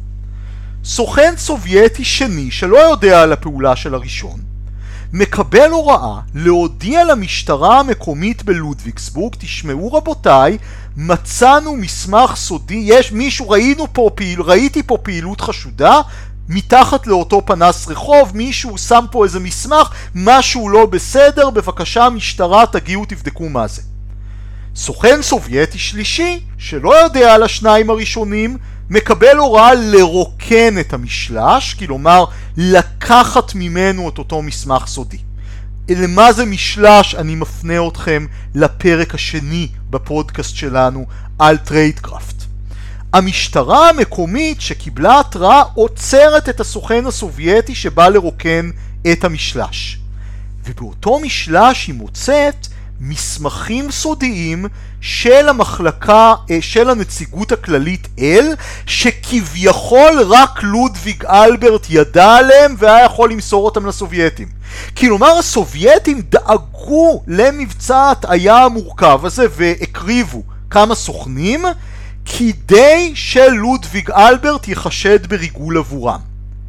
סוכן סובייטי שני שלא יודע על הפעולה של הראשון מקבל הוראה להודיע למשטרה המקומית בלודוויגסבורג, תשמעו רבותיי, מצאנו מסמך סודי, יש מישהו, ראינו פה פעיל, ראיתי פה פעילות חשודה, מתחת לאותו פנס רחוב, מישהו שם פה איזה מסמך, משהו לא בסדר, בבקשה משטרה תגיעו תבדקו מה זה. סוכן סובייטי שלישי, שלא יודע על השניים הראשונים, מקבל הוראה לרוקן את המשלש, כלומר לקחת ממנו את אותו מסמך סודי. למה זה משלש? אני מפנה אתכם לפרק השני בפודקאסט שלנו על טריידקראפט. המשטרה המקומית שקיבלה התראה עוצרת את הסוכן הסובייטי שבא לרוקן את המשלש. ובאותו משלש היא מוצאת מסמכים סודיים של המחלקה, של הנציגות הכללית אל, שכביכול רק לודוויג אלברט ידע עליהם והיה יכול למסור אותם לסובייטים. כלומר הסובייטים דאגו למבצע ההטעיה המורכב הזה והקריבו כמה סוכנים כדי שלודוויג אלברט יחשד בריגול עבורם.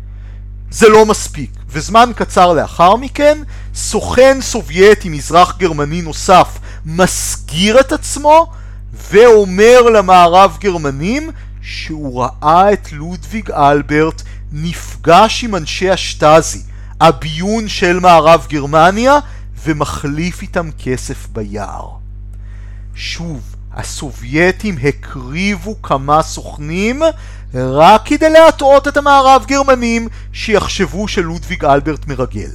זה לא מספיק, וזמן קצר לאחר מכן סוכן סובייטי מזרח גרמני נוסף מסגיר את עצמו ואומר למערב גרמנים שהוא ראה את לודוויג אלברט נפגש עם אנשי השטאזי, הביון של מערב גרמניה, ומחליף איתם כסף ביער. שוב, הסובייטים הקריבו כמה סוכנים רק כדי להטעות את המערב גרמנים שיחשבו שלודוויג אלברט מרגל.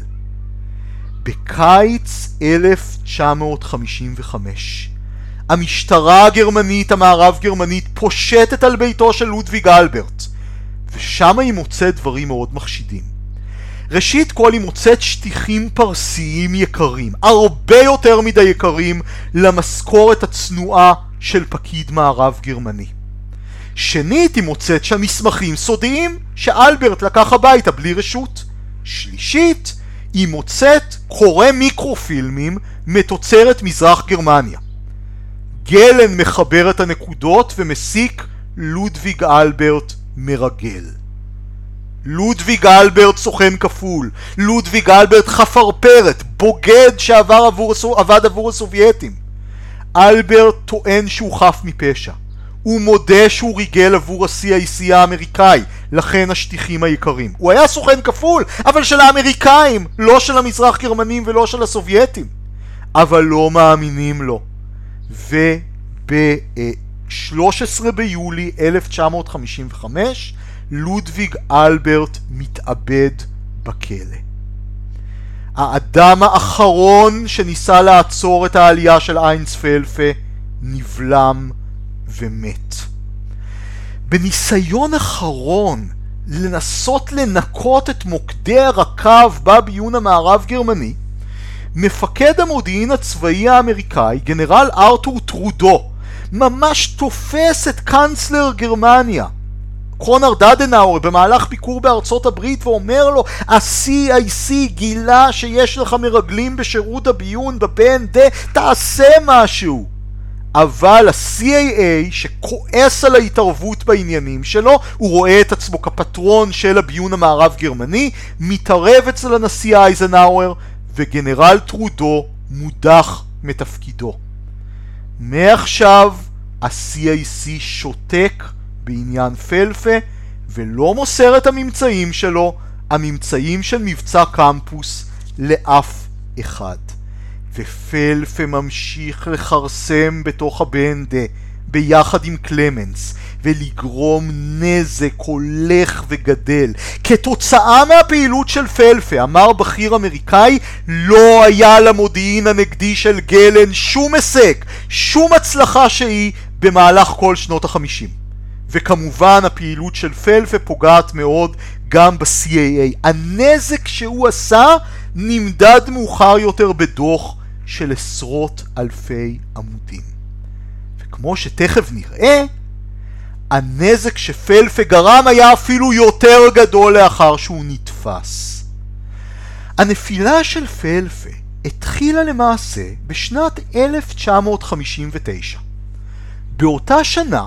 בקיץ אלף תשע מאות חמישים וחמש המשטרה הגרמנית המערב גרמנית פושטת על ביתו של לודוויג אלברט, ושם היא מוצאת דברים מאוד מחשידים. ראשית כל היא מוצאת שטיחים פרסיים יקרים, הרבה יותר מדי יקרים למשכורת הצנועה של פקיד מערב גרמני. שנית, היא מוצאת שם מסמכים סודיים שאלברט לקח הביתה בלי רשות. שלישית, היא מוצאת קורא מיקרופילמים מתוצרת מזרח גרמניה. גלן מחבר את הנקודות ומסיק לודוויג אלברט מרגל. לודוויג אלברט סוכן כפול, לודוויג אלברט חפרפרת, בוגד שעבר עבור, עבד עבור הסובייטים. אלברט טוען שהוא חף מפשע. הוא מודה שהוא ריגל עבור ה-סי איי סי האמריקאי, לכן השטיחים היקרים. הוא היה סוכן כפול, אבל של האמריקאים, לא של המזרח גרמנים ולא של הסובייטים. אבל לא מאמינים לו. וב-שלושה עשר ביולי אלף תשע מאות חמישים וחמש לודוויג אלברט מתאבד בכלא. האדם האחרון שניסה לעצור את העלייה של איינס פלפה נבלם ומת. בניסיון אחרון לנסות לנקות את מוקדי הרקב בביון המערב גרמני, מפקד המודיעין הצבאי האמריקאי, גנרל ארתור טרודו, ממש תופס את קאנצלר גרמניה, קונרד אדנאואר, במהלך ביקור בארצות הברית, ואומר לו, ה-סי איי סי גילה שיש לך מרגלים בשירות הביון, ב-בי אן די, תעשה משהו. אבל ה-סי איי איי, שכועס על ההתערבות בעניינים שלו, הוא רואה את עצמו כפטרון של הביון המערב גרמני, מתערב אצל הנשיא אייזנהאואר, וגנרל טרודו מודח מתפקידו. מעכשיו ה-סי איי סי שותק בעניין פלפה ולא מוסר את הממצאים שלו, הממצאים של מבצע קמפוס, לאף אחד. ופלפה ממשיך לחרסם בתוך ה-בי אן די ביחד עם קלמנס ולגרום נזק הולך וגדל. כתוצאה מהפעילות של פלפה, אמר בכיר אמריקאי, לא היה למודיעין הנגדי של גלן שום הישג, שום הצלחה שהיא במהלך כל שנות החמישים. וכמובן הפעילות של פלפה פוגעת מאוד גם ב-סי איי איי. הנזק שהוא עשה נמדד מאוחר יותר בדוח של עשרות אלפי עמודים. וכמו שתכף נראה, הנזק שפלפה גרם היה אפילו יותר גדול לאחר שהוא נתפס. הנפילה של פלפה התחילה למעשה בשנת אלף תשע מאות חמישים ותשע. באותה שנה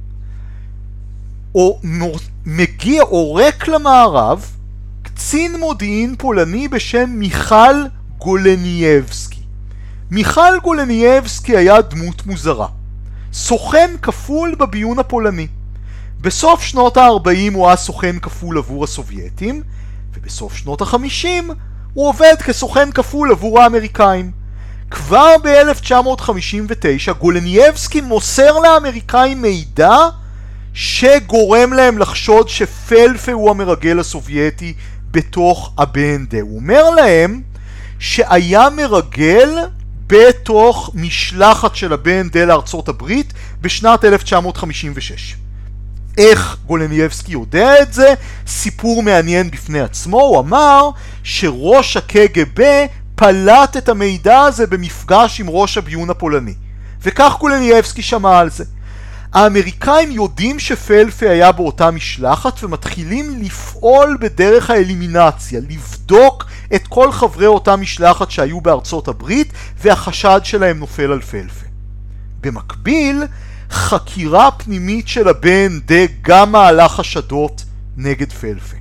או מגיע עורק למערב קצין מודיעין פולני בשם מיכל גולנייבסקי. מיכל גולנייבסקי היה דמות מוזרה. סוכן כפול בביון הפולני. בסוף שנות ה-ארבעים הוא היה סוכן כפול עבור הסובייטים, ובסוף שנות ה-חמישים הוא עובד כסוכן כפול עבור האמריקאים. כבר ב-אלף תשע מאות חמישים ותשע גולנייבסקי מוסר לאמריקאים מידע שגורם להם לחשוד שפלפה הוא המרגל הסובייטי בתוך ה-בי אן די. הוא אומר להם שהיה מרגל בתוך משלחת של ה-בי אן די לארצות הברית בשנת אלף תשע מאות חמישים ושש. איך גולנייבסקי יודע את זה? סיפור מעניין בפני עצמו. הוא אמר שראש ה-קי גי בי פלט את המידע הזה במפגש עם ראש הביון הפולני, וכך גולנייבסקי שמע על זה. האמריקאים יודעים שפלפה היה באותה משלחת ומתחילים לפעול בדרך האלימינציה, לבדוק את כל חברי אותה משלחת שהיו בארצות הברית, והחשד שלהם נופל על פלפה. במקביל, חקירה פנימית של ה-בי אן די גם מעלה חשדות נגד פלפה.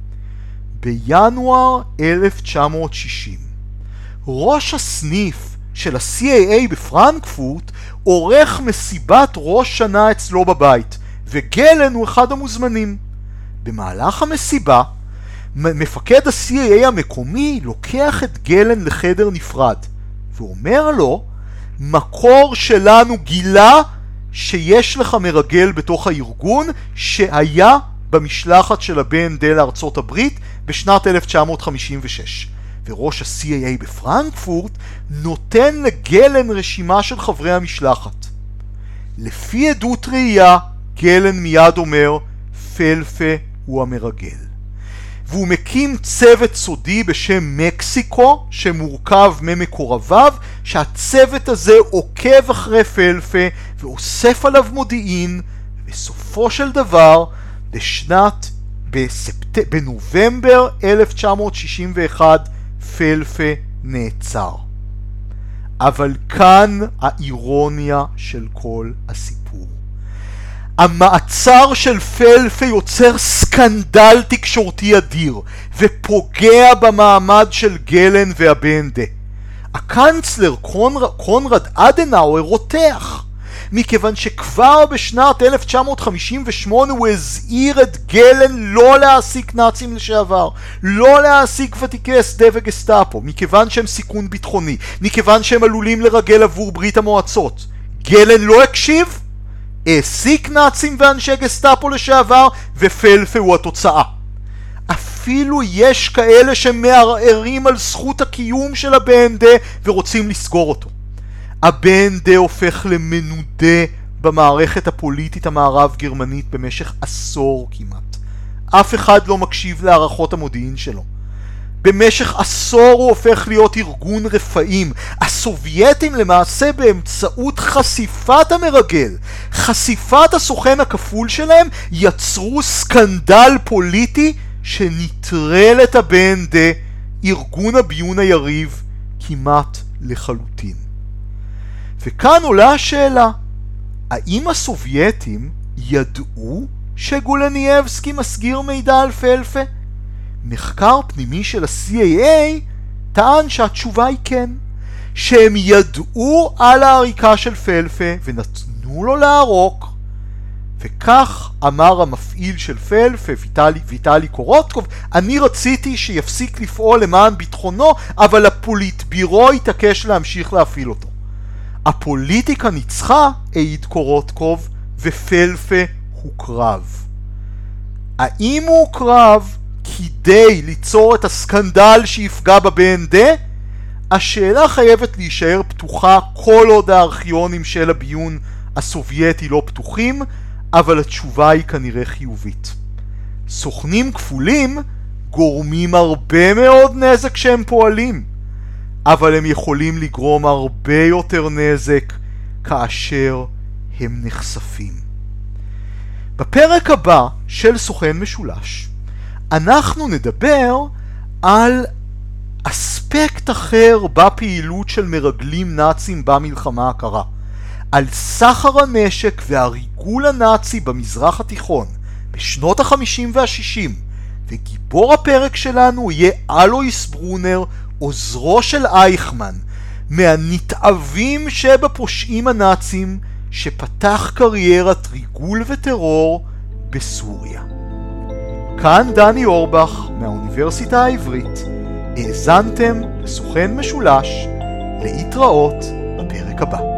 בינואר אלף תשע מאות שישים, ראש הסניף של ה-סי איי איי בפרנקפורט עורך מסיבת ראש שנה אצלו בבית, וגלן הוא אחד המוזמנים. במהלך המסיבה, מפקד ה-סי איי איי המקומי לוקח את גלן לחדר נפרד, ואומר לו, מקור שלנו גילה שיש לך מרגל בתוך הארגון שהיה במשלחת של ה-בי אן די לארצות הברית בשנת אלף תשע מאות חמישים ושש. וראש ה-סי איי איי בפרנקפורט נותן לגלן רשימה של חברי המשלחת. לפי עדות ראייה, גלן מיד אומר, פלפה הוא המרגל. והוא מקים צוות סודי בשם מקסיקו, שמורכב ממקורביו, שהצוות הזה עוקב אחרי פלפה ואוסף עליו מודיעין, ובסופו של דבר, בשנת, בספט... בנובמבר אלף תשע מאות שישים ואחת, פלפה נעצר. אבל כאן האירוניה של כל הסיפור. המעצר של פלפה יוצר סקנדל תקשורתי אדיר ופוגע במעמד של גלן וה-בי אן די. הקנצלר קונרד, קונרד אדנאואר רותח, מכיוון שכבר בשנת אלף תשע מאות חמישים ושמונה הוא הזהיר את גלן לא להעסיק נאצים לשעבר, לא להעסיק ותיקי אס דה וגסטאפו, מכיוון שהם סיכון ביטחוני, מכיוון שהם עלולים לרגל עבור ברית המועצות. גלן לא הקשיב, העסיק נאצים ואנשי גסטאפו לשעבר, ופלפה הוא התוצאה. אפילו יש כאלה שמערערים על זכות הקיום של ה-בי אן די ורוצים לסגור אותו. ה-בי אן די הופך למנודה במערכת הפוליטית המערב גרמנית במשך עשור כמעט. אף אחד לא מקשיב להערכות המודיעין שלו. במשך עשור הוא הופך להיות ארגון רפאים. הסובייטים למעשה באמצעות חשיפת המרגל, חשיפת הסוכן הכפול שלהם, יצרו סקנדל פוליטי שנטרל את ה-בי אן די, ארגון הביון היריב, כמעט לחלוטין. וכאן עולה השאלה, האם הסובייטים ידעו שגולנייבסקי מסגיר מידע על פלפה? מחקר פנימי של ה-סי איי איי טען שהתשובה היא כן, שהם ידעו על העריקה של פלפה ונתנו לו לערוק, וכך אמר המפעיל של פלפה, ויטלי, ויטלי קורוטקוב, אני רציתי שיפסיק לפעול למען ביטחונו, אבל הפוליטבירו התעקש להמשיך להפעיל אותו. הפוליטיקה ניצחה, העיד קורוטקוב, ופלפה הוקרב. האם הוא הוקרב כדי ליצור את הסקנדל שיפגע ב-בי אן די? השאלה חייבת להישאר פתוחה כל עוד הארכיונים של הביון הסובייטי לא פתוחים, אבל התשובה היא כנראה חיובית. סוכנים כפולים גורמים הרבה מאוד נזק כשהם פועלים, אבל הם יכולים לגרום הרבה יותר נזק כאשר הם נחשפים. בפרק הבא של סוכן משולש אנחנו נדבר על אספקט אחר בפעילות של מרגלים נאצים במלחמה הקרה, על סחר הנשק והריגול הנאצי במזרח התיכון בשנות ה-חמישים וה-שישים, וגיבור הפרק שלנו יהיה אלויס ברונר, עוזרו של אייכמן, מהנתעבים שבפושעים הנאצים שפתח קריירת ריגול וטרור בסוריה. כאן דני אורבך מהאוניברסיטה העברית, האזנתם לסוכן משולש, להתראות בפרק הבא.